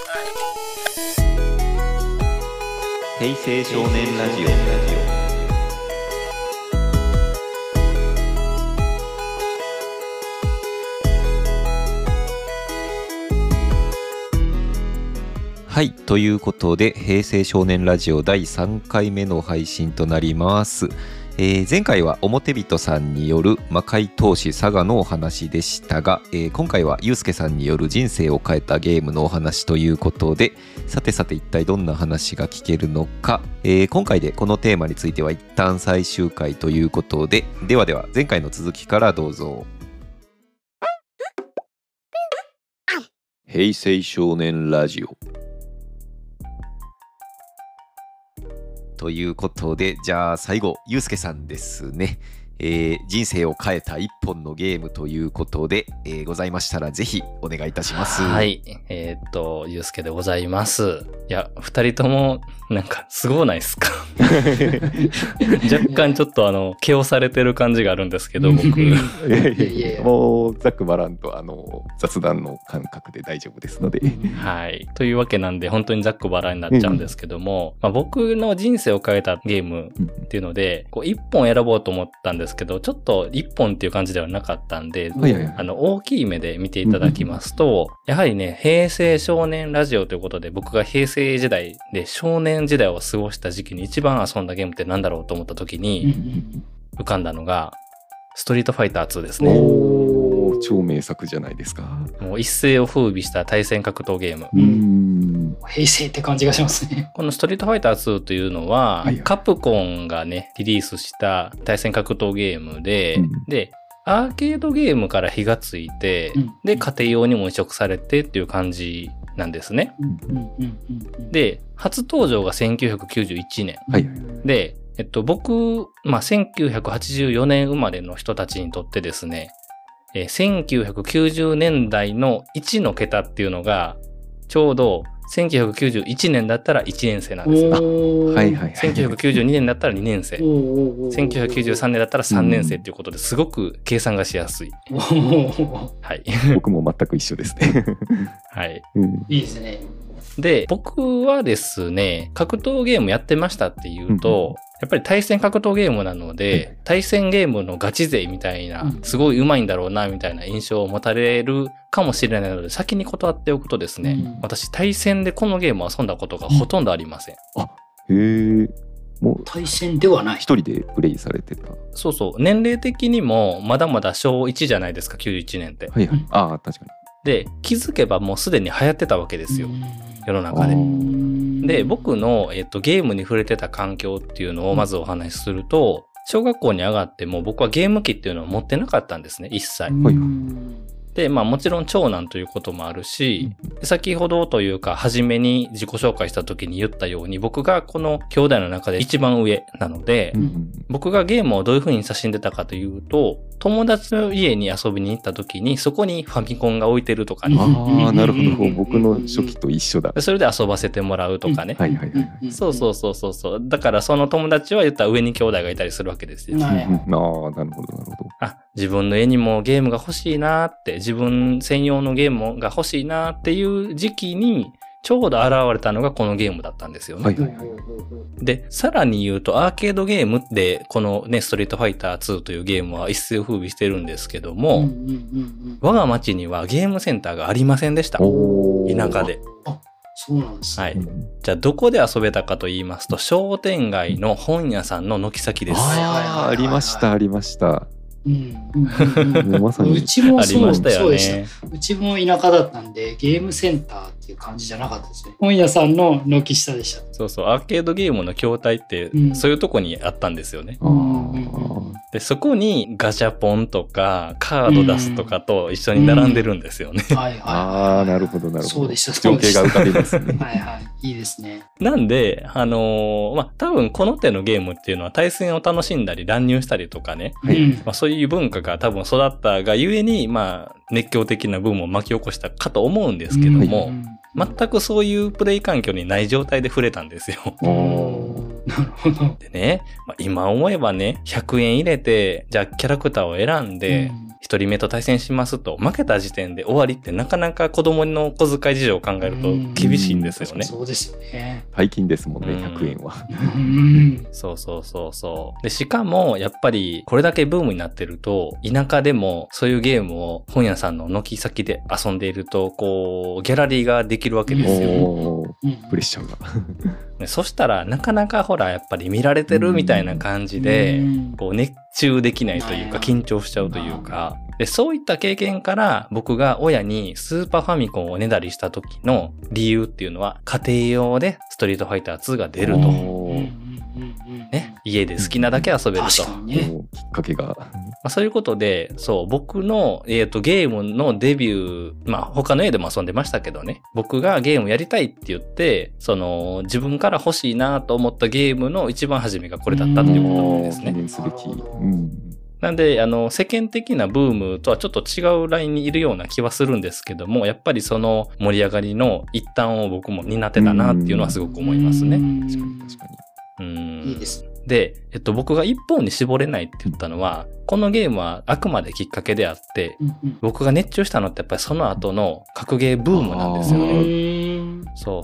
平成少年ラジオ。はい、ということで平成少年ラジオ第3回目の配信となります。前回は表人さんによる魔界闘士サガのお話でしたが、今回はゆうすけさんによる人生を変えたゲームのお話ということで、さて一体どんな話が聞けるのか、今回でこのテーマについては一旦最終回ということで、では前回の続きからどうぞ。平成少年ラジオということで、じゃあ最後ゆうすけさんですね。人生を変えた一本のゲームということで、ございましたらぜひお願いいたします。 はい、ゆうすけでございます。いや、二人ともなんかすごないですか？若干ちょっと気をされてる感じがあるんですけど、僕。 いやもうざっくばらんと雑談の感覚で大丈夫ですので。 はい。というわけなんで本当にざっくばらんになっちゃうんですけども、僕の人生を変えたゲームっていうので、こう一本選ぼうと思ったんですけど、ちょっと一本っていう感じではなかったんで、大きい目で見ていただきますと、やはりね、平成少年ラジオということで、僕が平成時代で少年時代を過ごした時期に一番遊んだゲームって何だろうと思った時に浮かんだのがストリートファイター2ですね。 おー、超名作じゃないですか。 もう一世を風靡した対戦格闘ゲーム。 平成って感じがしますね。 このストリートファイター2というのは、カプコンがねリリースした対戦格闘ゲームで、でアーケードゲームから火がついて、で家庭用にも移植されてっていう感じなんですね。で初登場が1991年、で僕、1984年生まれの人たちにとってですね、1990年代の1の桁っていうのがちょうど1991年だったら1年生なんですよ。1992年だったら2年生。1993年だったら3年生っていうことですごく計算がしやすい。はい。 僕も全く一緒ですね。 はい。 いいですね。 で、僕はですね、格闘ゲームやってましたっていうと、やっぱり対戦格闘ゲームなので、対戦ゲームのガチ勢みたいな、すごい上手いんだろうな、みたいな印象を持たれるかもしれないので、先に断っておくとですね、私対戦でこのゲームを遊んだことがほとんどありません。 あ、へー。もう対戦ではない。 一人でプレイされてた。 そうそう。年齢的にもまだまだ小1じゃないですか、91年って。 ああ、確かに。 で、気づけばもうすでに流行ってたわけですよ。世の中で。で、僕の、ゲームに触れてた環境っていうのをまずお話しすると、小学校に上がっても僕はゲーム機っていうのを持ってなかったんですね、一切。で、もちろん長男ということもあるし、先ほどというか、初めに自己紹介した時に言ったように、僕がこの兄弟の中で一番上なので、僕がゲームをどういう風に親しんでたかというと、友達の家に遊びに行った時に、そこにファミコンが置いてるとかね。 ああ、なるほど。僕の初期と一緒だ。 それで遊ばせてもらうとかね。そう。だからその友達は言ったら上に兄弟がいたりするわけですよ。 ああ、なるほど。 自分の家にもゲームが欲しいなって、自分専用のゲームが欲しいなっていう時期に、ちょうど現れたのがこのゲームだったんですよね。で、さらに言うとアーケードゲームでこのね、ストリートファイター2というゲームは一世を風靡してるんですけども、我が町にはゲームセンターがありませんでした。田舎で。 そうなんですね。 はい。じゃあどこで遊べたかと言いますと、商店街の本屋さんの軒先です。 ありました。 まさにうちもそうでしたよね。うちも田舎だったんでゲームセンターっていう感じじゃなかったですね。本屋さんの軒下でした。 そうそう、アーケードゲームの筐体ってそういうとこにあったんですよね。でそこにガシャポンとかカード出すとかと一緒に並んでるんですよね。 ああ、なるほど。 そうでした。 情景が浮かびますね。 いいですね。 なんで多分この手のゲームっていうのは対戦を楽しんだり乱入したりとかね、そういう文化が多分育ったがゆえに熱狂的なブームを巻き起こしたかと思うんですけども、全くそういうプレイ環境にない状態で触れたんですよ。 なるほど。 でね、今思えばね、100円入れて、じゃあキャラクターを選んで、 一人目と対戦しますと、負けた時点で終わりってなかなか子供の小遣い事情を考えると厳しいんですよね。 そうですよね。 大金ですもんね、100円は。 そう。で、しかも、やっぱり、これだけブームになってると、田舎でもそういうゲームを本屋さんの軒先で遊んでいると、こう、ギャラリーができるわけですよ。 プレッシャーが。 そしたら、なかなかほら、やっぱり見られてるみたいな感じで、こう、熱中できないというか、緊張しちゃうというか、で、そういった経験から僕が親にスーパーファミコンをねだりした時の理由っていうのは、家庭用でストリートファイター2が出ると。ね、家で好きなだけ遊べると。 確かにね。 きっかけが。 そういうことで、そう、僕の、ゲームのデビュー、他の家でも遊んでましたけどね、僕がゲームやりたいって言って、自分から欲しいなと思ったゲームの一番初めがこれだったっていうことなんですね。 記念すべき。 なんで、世間的なブームとはちょっと違うラインにいるような気はするんですけども、やっぱりその盛り上がりの一端を僕も担ってたなっていうのはすごく思いますね。 確かに。 いいです。 で、僕が一本に絞れないって言ったのは、このゲームはあくまできっかけであって、僕が熱中したのってやっぱりその後の格ゲーブームなんですよね。そう。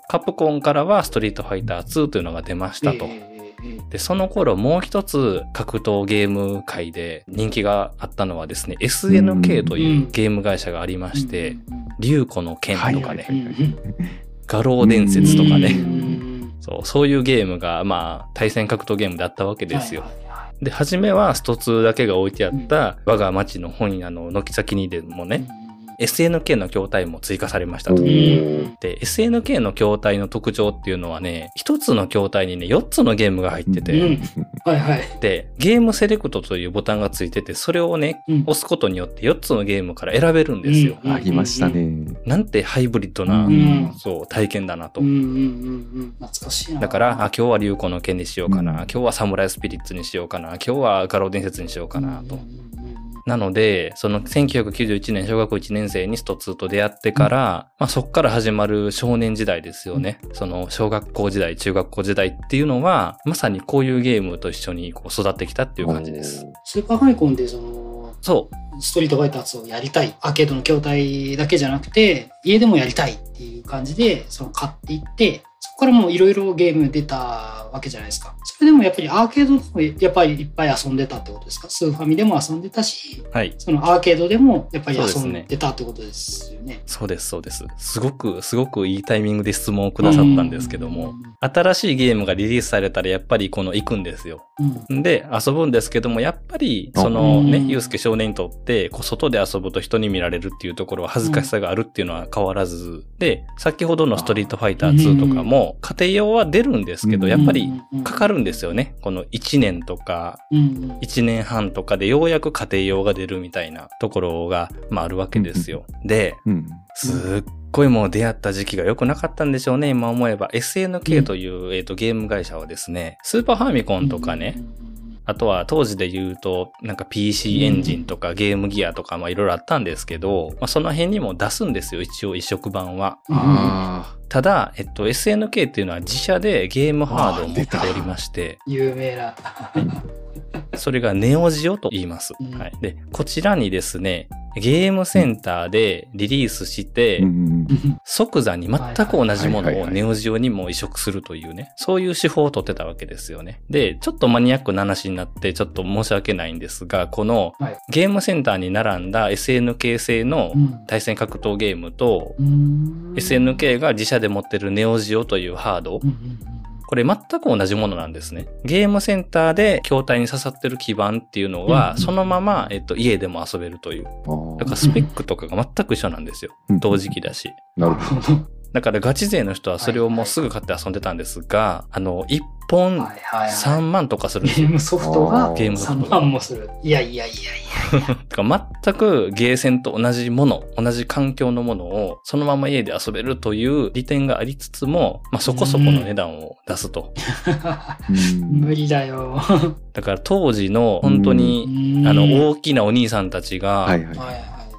カプコンからはストリートファイター2というのが出ましたと。で、その頃もう一つ格闘ゲーム界で人気があったのはですね、SNK というゲーム会社がありまして、竜子の剣とかね、画廊伝説とかね、そういうゲームが、対戦格闘ゲームだったわけですよ。で、初めはスト2だけが置いてあった我が町の本屋の軒先にでもね、SNK の筐体も追加されましたと。で、SNK の筐体の特徴っていうのはね、一つの筐体にね、4つのゲームが入ってて、で、ゲームセレクトというボタンがついてて、それをね、押すことによって4つのゲームから選べるんですよ。 ありましたね。 なんてハイブリッドな、体験だなと。 懐かしいな。 だから、今日は竜子の剣にしようかな、今日はサムライスピリッツにしようかな、今日は画廊伝説にしようかなと。なので、その1991年小学校1年生にスト2と出会ってから、そこから始まる少年時代ですよね。その小学校時代、中学校時代っていうのは、まさにこういうゲームと一緒にこう育ってきたっていう感じです。 スーパーファミコンでストリートファイター2をやりたい。アーケードの筐体だけじゃなくて、家でもやりたいっていう感じで、買っていって、そこからもういろいろゲーム出たわけじゃないですか。それでもやっぱりアーケードでもやっぱりいっぱい遊んでたってことですか？スーファミでも遊んでたし、そのアーケードでもやっぱり遊んでたってことですよね。 そうです。すごくいいタイミングで質問をくださったんですけども、新しいゲームがリリースされたらやっぱり行くんですよ。で、遊ぶんですけども、やっぱりゆうすけ少年にとって外で遊ぶと人に見られるっていうところは恥ずかしさがあるっていうのは変わらず、で、先ほどのストリートファイター2とかも家庭用は出るんですけど、やっぱりかかるんですよね。この1年とか1年半とかでようやく家庭用が出るみたいなところがあるわけですよ。で、すっごいもう出会った時期が良くなかったんでしょうね、今思えば。SNK という、ゲーム会社はですね、スーパーファミコンとかね、あとは当時で言うと、なんか PC エンジンとかゲームギアとかいろいろあったんですけど、その辺にも出すんですよ、一応移植版は。ただ、SNK っていうのは自社でゲームハードを持っておりまして、 有名な。 それがネオジオと言います。で、こちらにですね、ゲームセンターでリリースして、即座に全く同じものをネオジオにも移植するというね、そういう手法を取ってたわけですよね。で、ちょっとマニアックな話になってちょっと申し訳ないんですが、このゲームセンターに並んだ SNK 製の対戦格闘ゲームと、SNK が自社で持ってるネオジオというハード、これ全く同じものなんですね。ゲームセンターで筐体に刺さってる基板っていうのは、そのまま、家でも遊べるという。だからスペックとかが全く一緒なんですよ。同時期だし。 なるほど。 だからガチ勢の人はそれをもうすぐ買って遊んでたんですが、1本3万とかするんですよ。 ゲームソフトが3万もする。いや。 全くゲーセンと同じもの、同じ環境のものをそのまま家で遊べるという利点がありつつも、そこそこの値段を出すと。 無理だよ。 だから当時の本当に大きなお兄さんたちが、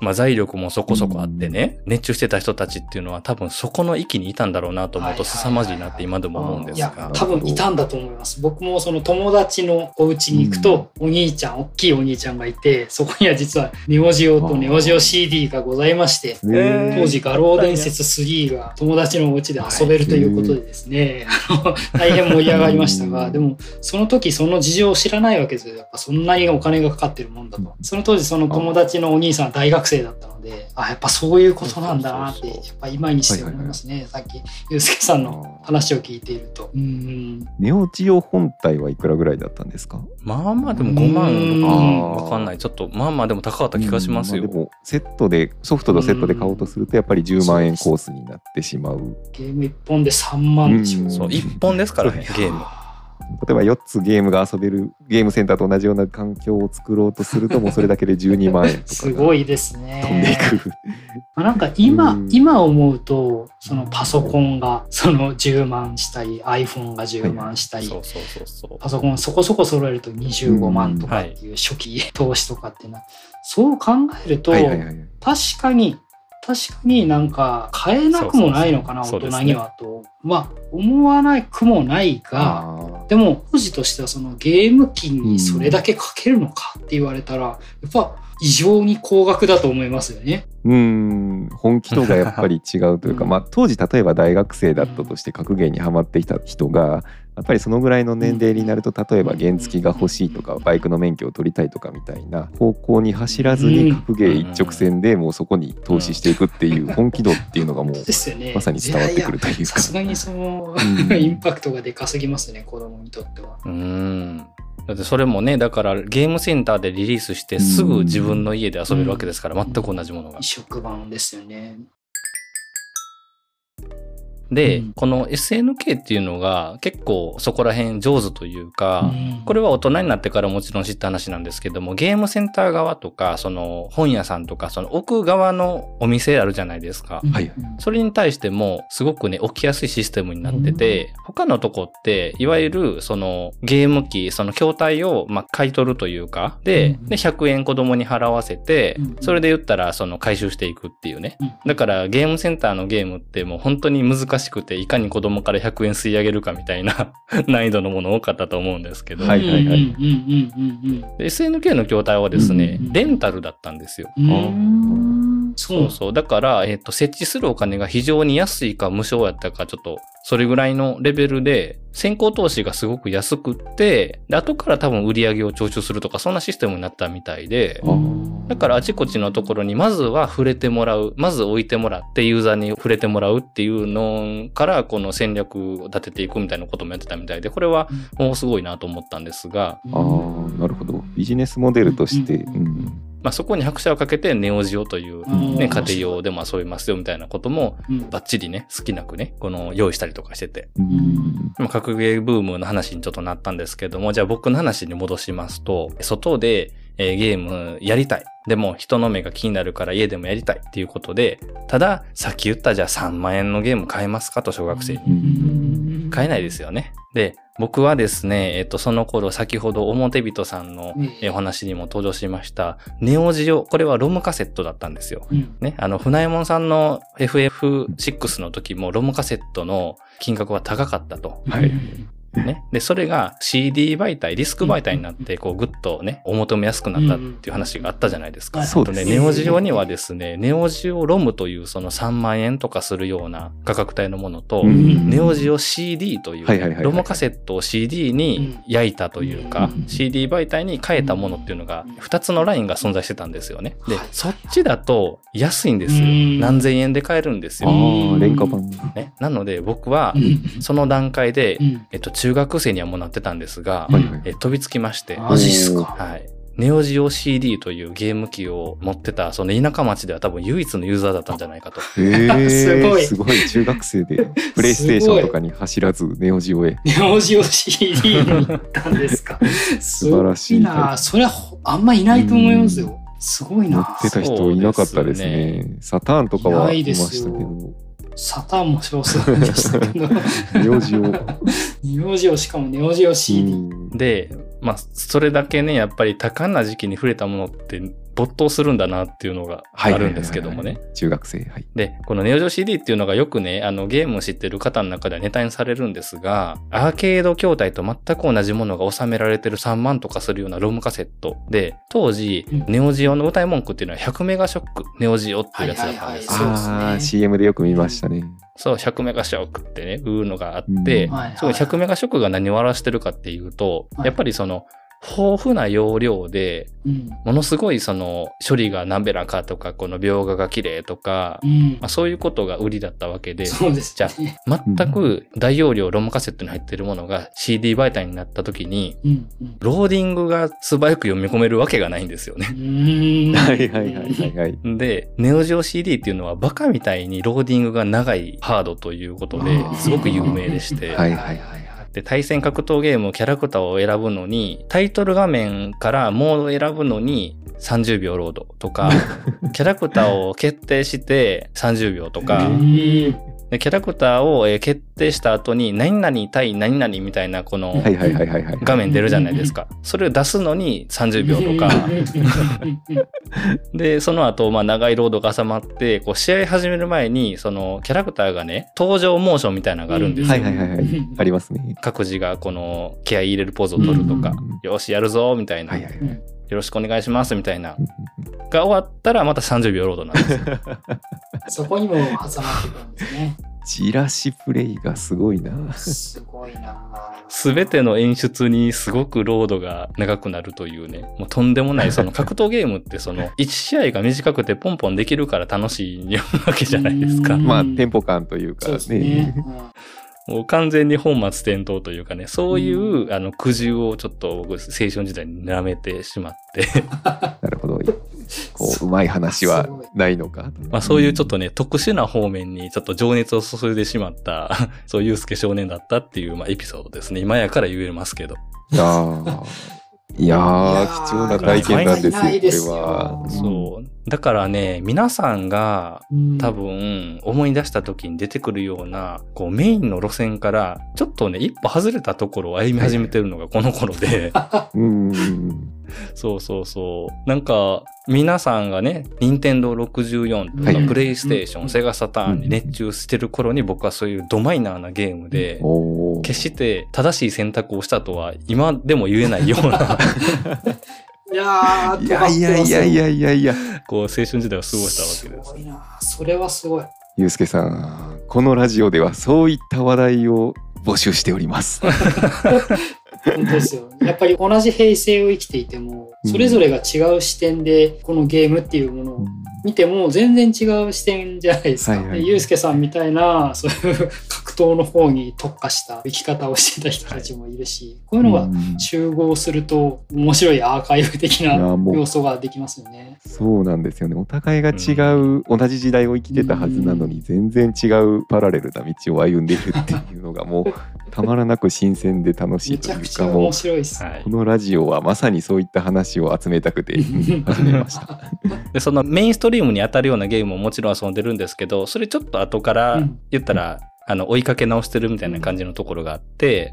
財力もそこそこあってね、熱中してた人たちっていうのは多分そこの域にいたんだろうなと思うと凄まじいなって今でも思うんですが。いや、 多分いたんだと思います。僕もその友達のお家に行くと、お兄ちゃん、大きいお兄ちゃんがいて、そこには実はネオジオとネオジオ CD がございまして、当時画廊伝説3が友達のお家で遊べるということでですね、大変盛り上がりましたが、でもその時その事情を知らないわけですよ。やっぱそんなにお金がかかってるもんだと。その当時その友達のお兄さんは大学生だったので、やっぱそういうことなんだなって、やっぱ今にして思いますね。さっきゆうすけさんの話を聞いていると。 ネオジオ本体はいくらぐらいだったんですか？ まあまあでも5万6万わかんない。ちょっとまあまあでも高かった気がしますよ。 でもセットでソフトとセットで買おうとするとやっぱり10万円コースになってしまう。 ゲーム1本で3万でしょ。 そう1本ですからねゲーム。 例えば4つゲームが遊べるゲームセンターと同じような環境を作ろうとするともうそれだけで12万円とかすごいですね。 飛んでいく。 なんか今思うとそのパソコンがその10万したり iPhone が10万したり、パソコンそこそこ揃えると25万とかっていう初期投資とかっていうのは、そう考えると確かになんか買えなくもないのかな、大人にはと、思わなくもないが、でも当時としてはそのゲーム機にそれだけかけるのかって言われたら、やっぱ異常に高額だと思いますよね。 本気度がやっぱり違うというか、当時例えば大学生だったとして格ゲーにハマってきた人がやっぱりそのぐらいの年齢になると、例えば原付が欲しいとかバイクの免許を取りたいとかみたいな方向に走らずに格ゲー一直線でもうそこに投資していくっていう本気度っていうのがもうまさに伝わってくるというか、 さすがにそのインパクトがでかすぎますね、子供にとっては。 だってそれもね、だからゲームセンターでリリースしてすぐ自分の家で遊べるわけですから、全く同じものが。 移植版ですよね。 で、この SNK っていうのが結構そこら辺上手というか、これは大人になってからもちろん知った話なんですけども、ゲームセンター側とか、その本屋さんとか、その奥側のお店あるじゃないですか。それに対してもすごくね、起きやすいシステムになってて、他のとこって、いわゆるそのゲーム機、その筐体を買い取るというか、で、100円子供に払わせて、それで言ったらその回収していくっていうね。だからゲームセンターのゲームってもう本当に難しくて、いかに子供から100円吸い上げるかみたいな難易度のもの多かったと思うんですけど、SNK の筐体はですね、レンタルだったんですよ。そう。だから、設置するお金が非常に安いか無償やったか、ちょっと、それぐらいのレベルで、先行投資がすごく安くって、で、後から多分売り上げを徴収するとか、そんなシステムになったみたいで、だからあちこちのところにまずは触れてもらう、まず置いてもらってユーザーに触れてもらうっていうのから、この戦略を立てていくみたいなこともやってたみたいで、これはもうすごいなと思ったんですが。 なるほど。ビジネスモデルとして、 そこに拍車をかけてネオジオという、ね、家庭用でも遊べますよみたいなこともバッチリね、好きなくね、この用意したりとかしてて。格ゲーブームの話にちょっとなったんですけども、じゃあ僕の話に戻しますと、外でゲームやりたい。でも人の目が気になるから家でもやりたいっていうことで、たださっき言ったじゃあ3万円のゲーム買えますかと小学生に。買えないですよね。で、僕はですね、その頃先ほど表人さんのお話にも登場しましたネオジオ、これはロムカセットだったんですよ。ね、船右衛門さんの FF6 の時もロムカセットの金額は高かったと。ね。で、それが CD 媒体、ディスク媒体になって、こう、ぐっとね、お求めやすくなったっていう話があったじゃないですか。 そうですね。ネオジオにはですね、ネオジオロムというその3万円とかするような価格帯のものと、ネオジオ CD という、ロムカセットを CD に焼いたというか、CD 媒体に変えたものっていうのが、2つのラインが存在してたんですよね。で、そっちだと安いんですよ。何千円で買えるんですよ。 廉価版。 ね。なので、僕は、その段階で、中学生にはもうなってたんですが、飛びつきまして。 マジっすか。 はい。ネオジオ CD というゲーム機を持ってた、その田舎町では多分唯一のユーザーだったんじゃないかと。 すごい。中学生で、プレイステーションとかに走らず、ネオジオへ。 ネオジオ CD に行ったんですか。 素晴らしいな。それはあんまいないと思いますよ。すごいな。 持ってた人いなかったですね。サターンとかはいましたけど。 サターンも少数でしたけど。 ネオジオ。 ネオジオ、しかもネオジオ CD。 で、それだけね、やっぱり多感な時期に触れたものって没頭するんだなっていうのがあるんですけどもね。 中学生。はい。 で、このネオジオ CD っていうのがよくね、ゲームを知ってる方の中ではネタにされるんですが、アーケード筐体と全く同じものが収められてる3万とかするようなロムカセットで、当時、ネオジオの歌い文句っていうのは100メガショック、ネオジオっていうやつだったんですよ。 ああ、CM でよく見ましたね。 そう、100メガショックってね、いうのがあって、その100メガショックが何を表してるかっていうと、やっぱりその、豊富な容量で、ものすごいその処理が何べらかとか、この描画が綺麗とか、そういうことが売りだったわけで、 そうですね、 じゃあ全く大容量ロムカセットに入っているものが CD 媒体になった時に、ローディングが素早く読み込めるわけがないんですよね。 はいはいはいはい。 で、ネオジオ CD っていうのはバカみたいにローディングが長いハードということですごく有名でして、 はいはいはい。 で、対戦格闘ゲーム、キャラクターを選ぶのに、タイトル画面からモードを選ぶのに30秒ロードとか、キャラクターを決定して30秒とか、でキャラクターを決定した後に何々対何々みたいなこの画面出るじゃないですか。それを出すのに30秒とか。で、その後、長いロードが挟まって、こう試合始める前に、そのキャラクターがね、登場モーションみたいなのがあるんですよ。 はいはいはいはい。ありますね。 各自がこの気合い入れるポーズを取るとか、よしやるぞみたいな。よろしくお願いしますみたいな。が終わったらまた30秒ロードなんですよ。 そこにも挟まってくるんですね。 チラシプレイがすごいな。 すごいな。 すべての演出にすごくロードが長くなるというね、もうとんでもない、その格闘ゲームってその1試合が短くてポンポンできるから楽しいわけじゃないですか。 テンポ感というかね。 もう完全に本末転倒というかね、そういう苦渋をちょっと僕青春時代に舐めてしまって。 なるほど。うまい話はないのか。 そういうちょっとね、特殊な方面にちょっと情熱を注いでしまった、そういうユースケ少年だったっていう、エピソードですね。今やから言えますけど。 いやー、貴重な体験なんですよ、これは。 そう。だからね、皆さんが多分思い出した時に出てくるような、こうメインの路線からちょっとね、一歩外れたところを歩み始めてるのがこの頃で。そうそうそう。なんか、皆さんがね、任天堂64とかプレイステーション、セガサターンに熱中してる頃に僕はそういうドマイナーなゲームで、決して正しい選択をしたとは今でも言えないような。 いや、 こう青春時代を過ごしたわけです。 すごいな。それはすごい。 ゆうすけさん、このラジオではそういった話題を募集しております。 本当ですよ。やっぱり同じ平成を生きていても、それぞれが違う視点でこのゲームっていうものを見ても全然違う視点じゃないですか。ゆうすけさんみたいなそういう格闘の方に特化した生き方をしてた人たちもいるし、こういうのが集合すると面白いアーカイブ的な要素ができますよね。 そうなんですよね。お互いが違う、同じ時代を生きてたはずなのに全然違うパラレルな道を歩んでいるっていうのがもうたまらなく新鮮で楽しいというか、 めちゃくちゃ面白いです。 このラジオはまさにそういった話を集めたくて始めました。 で、そのメインストリームに当たるようなゲームももちろん遊んでるんですけど、それちょっと後から言ったら、追いかけ直してるみたいな感じのところがあって、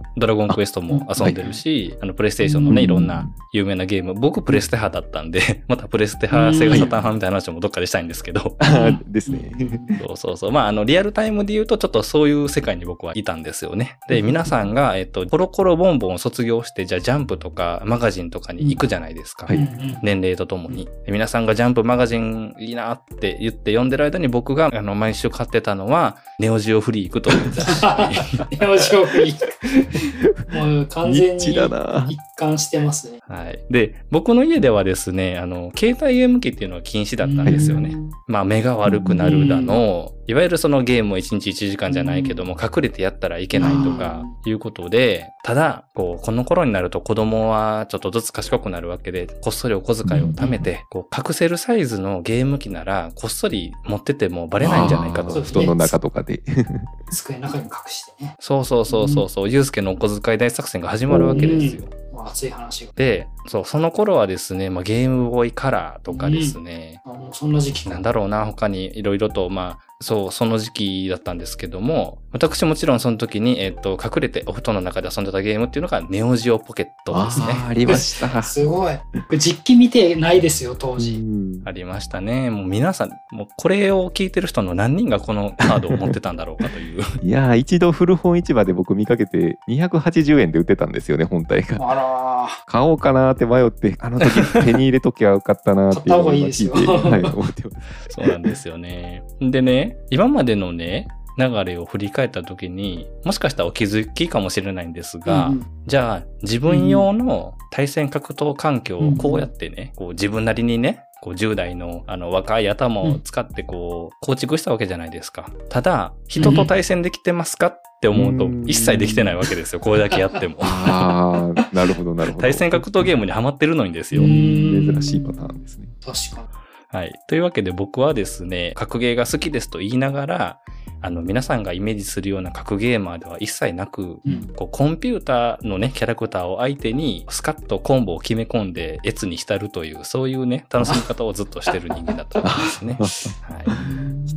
ドラゴンクエストも遊んでるし、プレイステーションのね、いろんな有名なゲーム、僕プレステ派だったんで、またプレステ派、セガサタン派みたいな話もどっかでしたいんですけど。 ですね。 そう。リアルタイムで言うと、ちょっとそういう世界に僕はいたんですよね。で、皆さんが、コロコロボンボンを卒業して、じゃあジャンプとかマガジンとかに行くじゃないですか。年齢とともに。で皆さんがジャンプマガジンいいなって言って読んでる間に僕が、毎週買ってたのは、ネオジオフリークという雑誌。 ネオジオフリーク。もう完全に一貫してますね。 はい。で、僕の家ではですね、携帯ゲーム機っていうのは禁止だったんですよね。目が悪くなるだの、いわゆるそのゲームを1日1時間じゃないけども、隠れてやったらいけないとか、いうことで、ただ、この頃になると子供はちょっとずつ賢くなるわけで、こっそりお小遣いを貯めて、隠せるサイズのゲーム機なら、こっそり持っててもバレないんじゃないかと。 布団の中とかで。 机の中に隠してね。 そう。ゆうすけのお小遣い大作戦が始まるわけですよ。 熱い話が。 で、その頃はですね、ゲームボーイカラーとかですね。 もうそんな時期。 なんだろうな、他にいろいろと、 その時期だったんですけども、私もちろんその時に、隠れてお布団の中で遊んでたゲームっていうのがネオジオポケットですね。 ありました。 すごい。実機見てないですよ、当時。 ありましたね。もう皆さん、もうこれを聞いてる人の何人がこのカードを持ってたんだろうかという。 いやー、一度古本市場で僕見かけて280円で売ってたんですよね、本体が。 あらー。 買おうかなーって迷って、あの時手に入れときゃよかったなーっていうのを今聞いて、はい、思ってます。 そうなんですよね。でね、今までのね、流れを振り返った時に、もしかしたらお気づきかもしれないんですが、じゃあ自分用の対戦格闘環境をこうやってね、こう自分なりにね、こう10代の若い頭を使ってこう構築したわけじゃないですか。ただ、人と対戦できてますかって思うと一切できてないわけですよ。これだけやっても。 ああ、なるほどなるほど。 対戦格闘ゲームにハマってるのにですよ。 珍しいパターンですね。 確かに。 はい。というわけで僕はですね、格ゲーが好きですと言いながら、皆さんがイメージするような格ゲーマーでは一切なく、こうコンピューターのね、キャラクターを相手にスカッとコンボを決め込んで、越に浸るという、そういうね、楽しみ方をずっとしてる人間だったんですね。はい。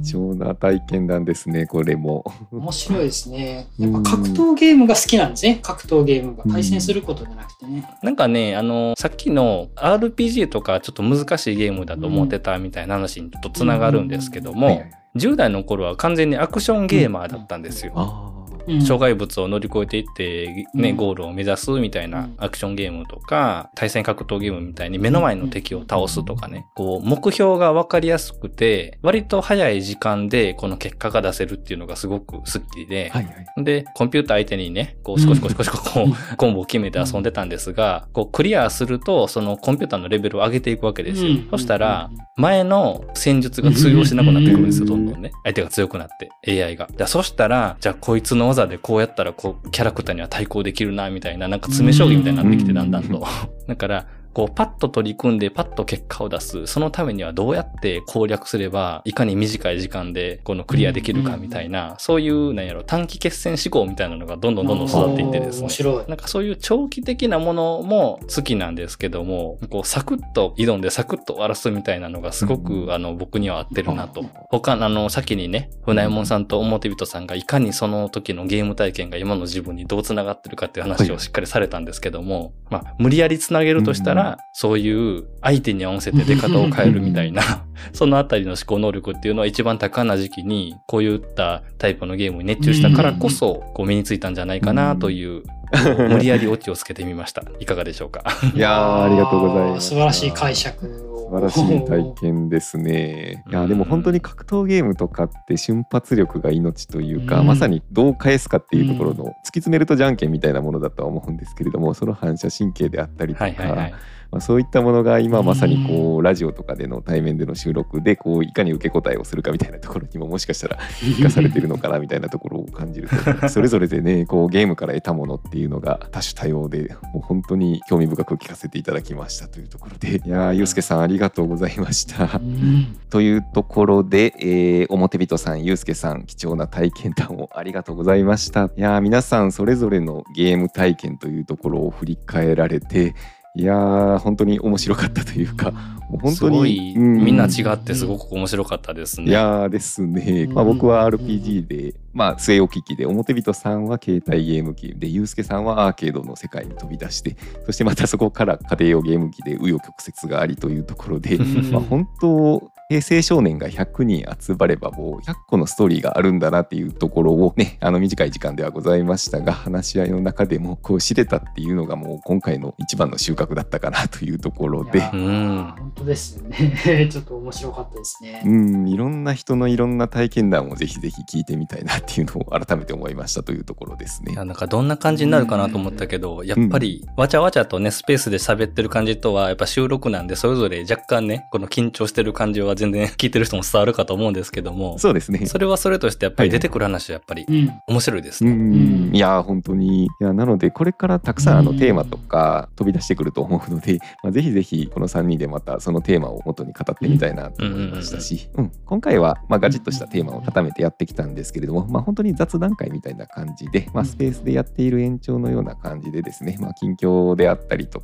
貴重な体験談ですね、これも。 面白いですね。やっぱ格闘ゲームが好きなんですね、格闘ゲームが。対戦することじゃなくてね。 なんかね、さっきの RPG とかちょっと難しいゲームだと思ってたみたいな話にちょっとつながるんですけども、10代の頃は完全にアクションゲーマーだったんですよ。障害物を乗り越えていってね、ゴールを目指すみたいなアクションゲームとか、対戦格闘ゲームみたいに目の前の敵を倒すとかね、こう目標が分かりやすくて、割と早い時間でこの結果が出せるっていうのがすごく好きで、で、コンピューター相手にね、こう少しこうコンボを決めて遊んでたんですが、こうクリアするとそのコンピューターのレベルを上げていくわけですよ。そしたら、前の戦術が通用しなくなってくるんですよ、どんどんね。相手が強くなって、AI が。そしたら、じゃあこいつの技でこうやったらこうキャラクターには対抗できるなみたいな、なんか詰め将棋みたいになってきてだんだんと。だからこうパッと取り組んでパッと結果を出す。そのためにはどうやって攻略すればいかに短い時間でこのクリアできるかみたいな、そういうなんやろ短期決戦思考みたいなのがどんどん育っていってですね。 面白い。 なんかそういう長期的なものも好きなんですけども、こうサクッと挑んでサクッと終わらすみたいなのがすごく僕には合ってるなと。先にね、船右衛門さんと表人さんがいかにその時のゲーム体験が今の自分にどう繋がってるかっていう話をしっかりされたんですけども、まあ無理やり繋げるとしたら、そういう相手に合わせて出方を変えるみたいなそのあたりの思考能力っていうのは一番多感な時期にこういったタイプのゲームに熱中したからこそこう身についたんじゃないかなという無理やりオチをつけてみました。いかがでしょうか。 いやー、ありがとうございます。 素晴らしい解釈を。 素晴らしい体験ですね。いやでも本当に格闘ゲームとかって瞬発力が命というか、まさにどう返すかっていうところの突き詰めるとじゃんけんみたいなものだとは思うんですけれども、その反射神経であったりとか、そういったものが今まさにこうラジオとかでの対面での収録でこういかに受け答えをするかみたいなところにももしかしたら生かされてるのかなみたいなところを感じるとそれぞれでねこうゲームから得たものっていうのが多種多様でもう本当に興味深く聞かせていただきましたというところで、いやゆうすけさんありがとうございましたというところで、表人さんゆうすけさん貴重な体験談をありがとうございました。いや皆さんそれぞれのゲーム体験というところを振り返られて、いやー本当に面白かったというか、もう本当にみんな違ってすごく面白かったですね。 いやーですね、僕は RPG で、据え置き機で、表人さんは携帯ゲーム機で、ゆうすけさんはアーケードの世界に飛び出して、そしてまたそこから家庭用ゲーム機で紆余曲折がありというところで本当平成少年が100人集まればもう100個のストーリーがあるんだなっていうところをね、短い時間ではございましたが話し合いの中でもこう知れたっていうのがもう今回の一番の収穫だったかなというところで、 本当ですよねちょっと面白かったですね。 いろんな人のいろんな体験談をぜひぜひ聞いてみたいなっていうのを改めて思いましたというところですね。 なんかどんな感じになるかなと思ったけど、やっぱりわちゃわちゃとねスペースで喋ってる感じとはやっぱ収録なんでそれぞれ若干ねこの緊張してる感じは全然聞いてる人も伝わるかと思うんですけども、 そうですね、 それはそれとしてやっぱり出てくる話はやっぱり面白いですね。 いや本当に、いやなのでこれからたくさんテーマとか飛び出してくると思うので、ぜひぜひこの3人でまたそのテーマを元に語ってみたいなと思いましたし、今回はガチッとしたテーマを固めてやってきたんですけれども、本当に雑談会みたいな感じで、スペースでやっている延長のような感じでですね、近況であったりとか、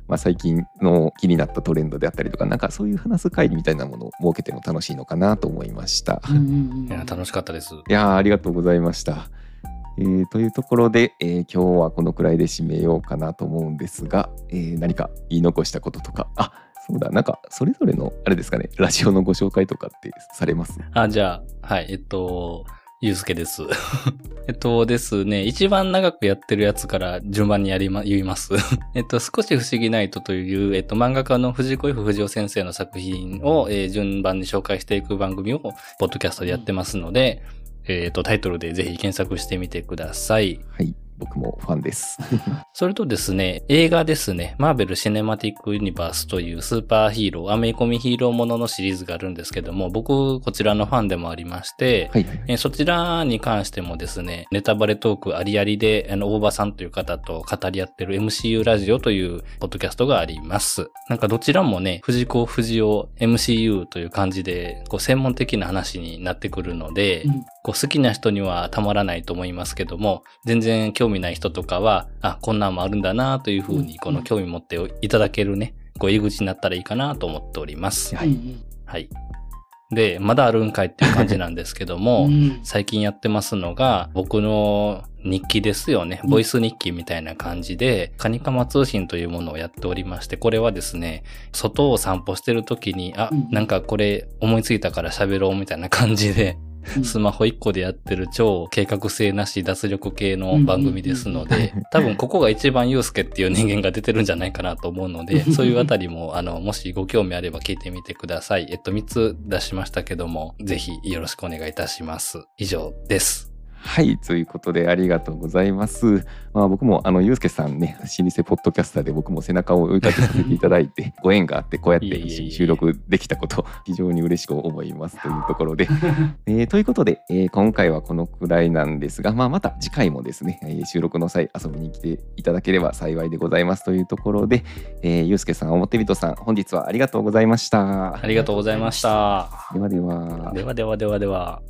最近の気になったトレンドであったりとか、なんかそういう話す会みたいなものを設けても楽しいのかなと思いました。 いや楽しかったです。 いやありがとうございました。というところで、今日はこのくらいで締めようかなと思うんですが、何か言い残したこととか、そうだ、なんかそれぞれのあれですかね、ラジオのご紹介とかってされます？ じゃあ、はい、ゆうすけです。ですね、一番長くやってるやつから順番に言います。少し不思議ナイトという、漫画家の藤子 F 不二雄先生の作品を、順番に紹介していく番組を、ポッドキャストでやってますので、タイトルでぜひ検索してみてください。 はい。僕もファンです。 それとですね、映画ですね、マーベル・シネマティック・ユニバースというスーパーヒーロー、アメコミヒーローもののシリーズがあるんですけども、僕、こちらのファンでもありまして、そちらに関してもですね、ネタバレトークありありで、大場さんという方と語り合ってる MCU ラジオというポッドキャストがあります。なんかどちらもね、藤子不二雄 MCU という感じで、専門的な話になってくるので、好きな人にはたまらないと思いますけども、全然興味ない人とかは、こんなんもあるんだなというふうに、この興味持っていただけるね、入り口になったらいいかなと思っております。はい。はい。で、まだあるんかいっていう感じなんですけども、最近やってますのが、僕の日記ですよね。ボイス日記みたいな感じで、カニカマ通信というものをやっておりまして、これはですね、外を散歩してる時に、なんかこれ思いついたから喋ろうみたいな感じで、スマホ1個でやってる超計画性なし脱力系の番組ですので、多分ここが一番ユうスケっていう人間が出てるんじゃないかなと思うので、そういうあたりももしご興味あれば聞いてみてください。3つ出しましたけども、ぜひよろしくお願いいたします。以上です。 はい、ということでありがとうございます。僕もゆうすけさんね、老舗ポッドキャスターで僕も背中を追いかけさせていただいてご縁があってこうやって一緒に収録できたこと非常に嬉しく思いますというところで、ということで、今回はこのくらいなんですが、また次回もですね、収録の際遊びに来ていただければ幸いでございますというところで、ゆうすけさん、表人さん、本日はありがとうございました。 ありがとうございました。 ではでは。 ではではではでは。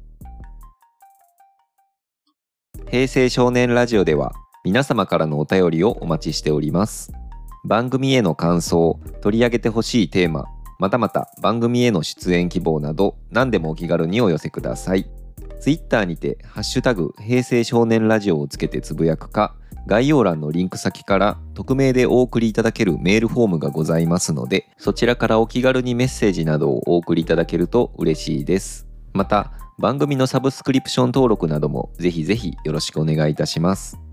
平成少年ラジオでは皆様からのお便りをお待ちしております。番組への感想、取り上げてほしいテーマ、またまた番組への出演希望など何でもお気軽にお寄せください。ツイッターにてハッシュタグ平成少年ラジオをつけてつぶやくか、概要欄のリンク先から匿名でお送りいただけるメールフォームがございますので、そちらからお気軽にメッセージなどをお送りいただけると嬉しいです。また番組のサブスクリプション登録などもぜひぜひよろしくお願いいたします。